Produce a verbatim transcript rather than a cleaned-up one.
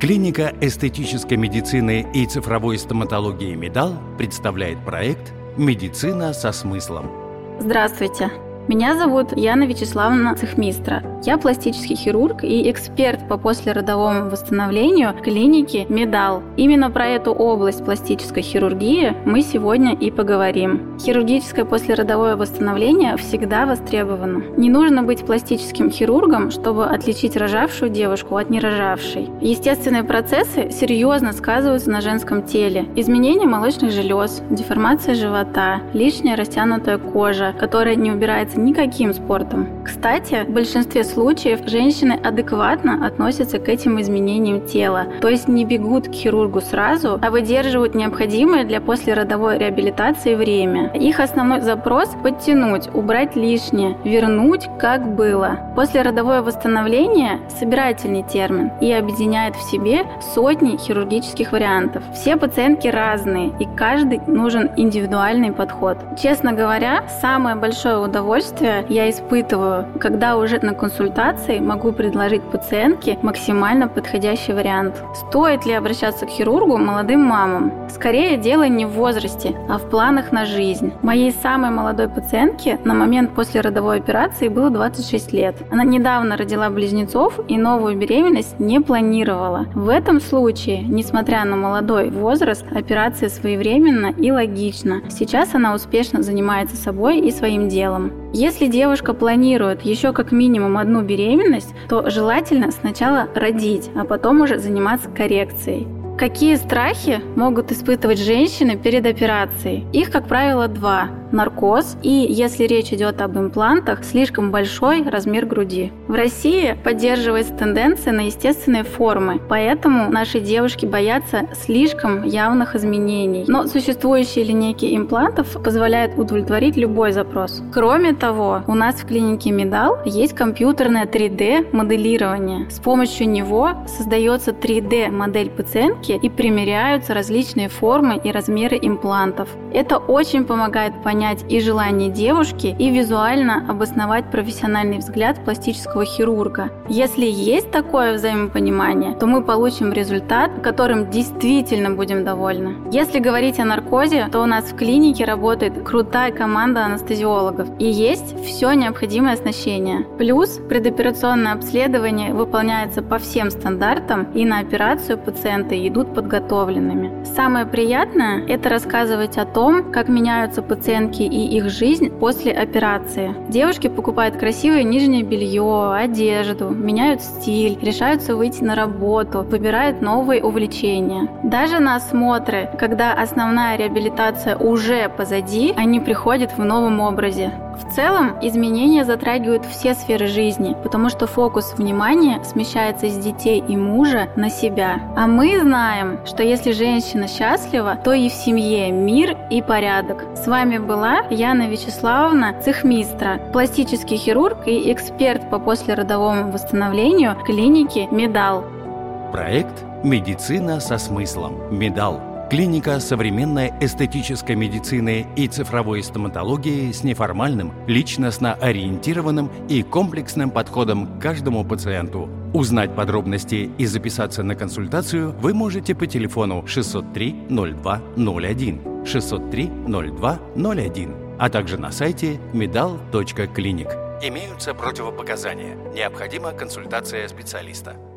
Клиника эстетической медицины и цифровой стоматологии «Медал» представляет проект «Медицина со смыслом». Здравствуйте! Меня зовут Яна Вячеславовна Цехмистра. Я пластический хирург и эксперт по послеродовому восстановлению клиники «Медал». Именно про эту область пластической хирургии мы сегодня и поговорим. Хирургическое послеродовое восстановление всегда востребовано. Не нужно быть пластическим хирургом, чтобы отличить рожавшую девушку от нерожавшей. Естественные процессы серьезно сказываются на женском теле. Изменение молочных желез, деформация живота, лишняя растянутая кожа, которая не убирается никаким спортом. Кстати, в большинстве случаев женщины адекватно относятся к этим изменениям тела, то есть не бегут к хирургу сразу, а выдерживают необходимое для послеродовой реабилитации время. Их основной запрос – подтянуть, убрать лишнее, вернуть как было. Послеродовое восстановление – собирательный термин и объединяет в себе сотни хирургических вариантов. Все пациентки разные, и каждый нужен индивидуальный подход. Честно говоря, самое большое удовольствие я испытываю, когда уже на консультации могу предложить пациентке максимально подходящий вариант. Стоит ли обращаться к хирургу молодым мамам? Скорее, дело не в возрасте, а в планах на жизнь. Моей самой молодой пациентке на момент послеродовой операции было двадцать шесть лет. Она недавно родила близнецов и новую беременность не планировала. В этом случае, несмотря на молодой возраст, операция своевременна и логична. Сейчас она успешно занимается собой и своим делом. Если девушка планирует еще как минимум одну беременность, то желательно сначала родить, а потом уже заниматься коррекцией. Какие страхи могут испытывать женщины перед операцией? Их, как правило, два. Наркоз и, если речь идет об имплантах, слишком большой размер груди. В России поддерживается тенденция на естественные формы, поэтому наши девушки боятся слишком явных изменений. Но существующие линейки имплантов позволяют удовлетворить любой запрос. Кроме того, у нас в клинике «Медал» есть компьютерное три дэ моделирование. С помощью него создается три дэ модель пациентки и примеряются различные формы и размеры имплантов. Это очень помогает понять и желание девушки, и визуально обосновать профессиональный взгляд пластического хирурга. Если есть такое взаимопонимание, то мы получим результат, которым действительно будем довольны. Если говорить о наркозе, то у нас в клинике работает крутая команда анестезиологов и есть все необходимое оснащение. Плюс предоперационное обследование выполняется по всем стандартам, и на операцию пациенты идут подготовленными. Самое приятное – это рассказывать о том, как меняются пациентки и их жизнь после операции. Девушки покупают красивое нижнее белье, одежду, меняют стиль, решаются выйти на работу, выбирают новые увлечения. Даже на осмотры, когда основная реабилитация уже позади, они приходят в новом образе. В целом, изменения затрагивают все сферы жизни, потому что фокус внимания смещается с детей и мужа на себя. А мы знаем, что если женщина счастлива, то и в семье мир и порядок. С вами была Яна Вячеславовна Цехмистра, пластический хирург и эксперт по послеродовому восстановлению клиники «Медал». Проект «Медицина со смыслом. Медал». Клиника современной эстетической медицины и цифровой стоматологии с неформальным, личностно ориентированным и комплексным подходом к каждому пациенту. Узнать подробности и записаться на консультацию вы можете по телефону шестьсот три ноль два ноль один, шестьсот три ноль два ноль один, а также на сайте медал точка клиник. Имеются противопоказания. Необходима консультация специалиста.